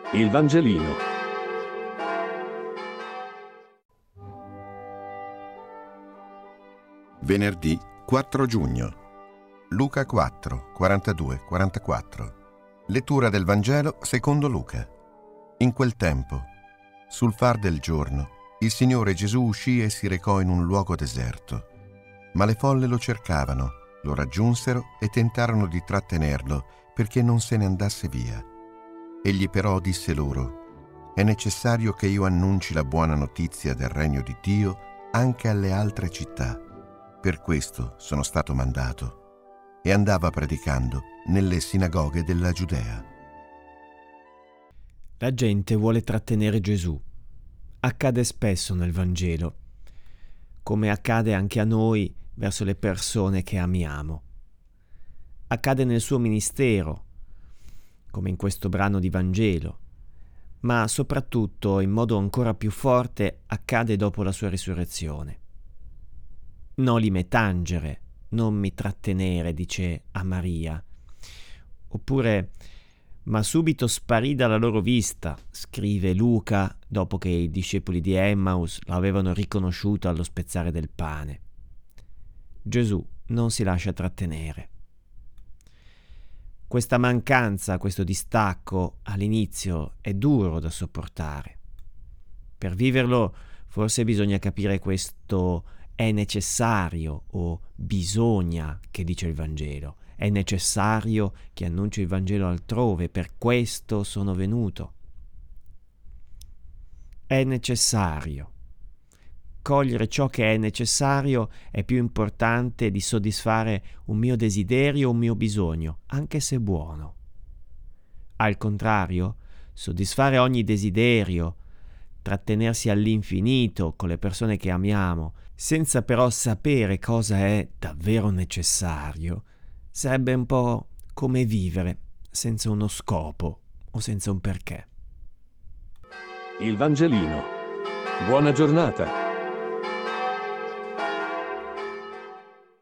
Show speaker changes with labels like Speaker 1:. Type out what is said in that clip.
Speaker 1: Il Vangelino.
Speaker 2: Venerdì 4 giugno. Luca 4, 42, 44. Lettura del Vangelo secondo Luca. In quel tempo, sul far del giorno, il Signore Gesù uscì e si recò in un luogo deserto. Ma le folle lo cercavano, lo raggiunsero e tentarono di trattenerlo perché non se ne andasse via. Egli però disse loro: «È necessario che io annunci la buona notizia del regno di Dio anche alle altre città. Per questo sono stato mandato». E andava predicando nelle sinagoghe della Giudea.
Speaker 3: La gente vuole trattenere Gesù. Accade spesso nel Vangelo, come accade anche a noi verso le persone che amiamo. Accade nel suo ministero, come in questo brano di Vangelo, ma soprattutto in modo ancora più forte accade dopo la sua risurrezione. «Noli me tangere, non mi trattenere», dice a Maria. Oppure «ma subito sparì dalla loro vista», scrive Luca dopo che i discepoli di Emmaus lo avevano riconosciuto allo spezzare del pane. Gesù non si lascia trattenere. Questa mancanza, questo distacco all'inizio è duro da sopportare. Per viverlo forse bisogna capire questo «è necessario» o «bisogna» che dice il Vangelo. È necessario che annuncio il Vangelo altrove, per questo sono venuto. È necessario. Cogliere ciò che è necessario è più importante di soddisfare un mio desiderio o un mio bisogno, anche se buono. Al contrario, soddisfare ogni desiderio, trattenersi all'infinito con le persone che amiamo, senza però sapere cosa è davvero necessario, sarebbe un po' come vivere senza uno scopo o senza un perché.
Speaker 1: Il Vangelino. Buona giornata.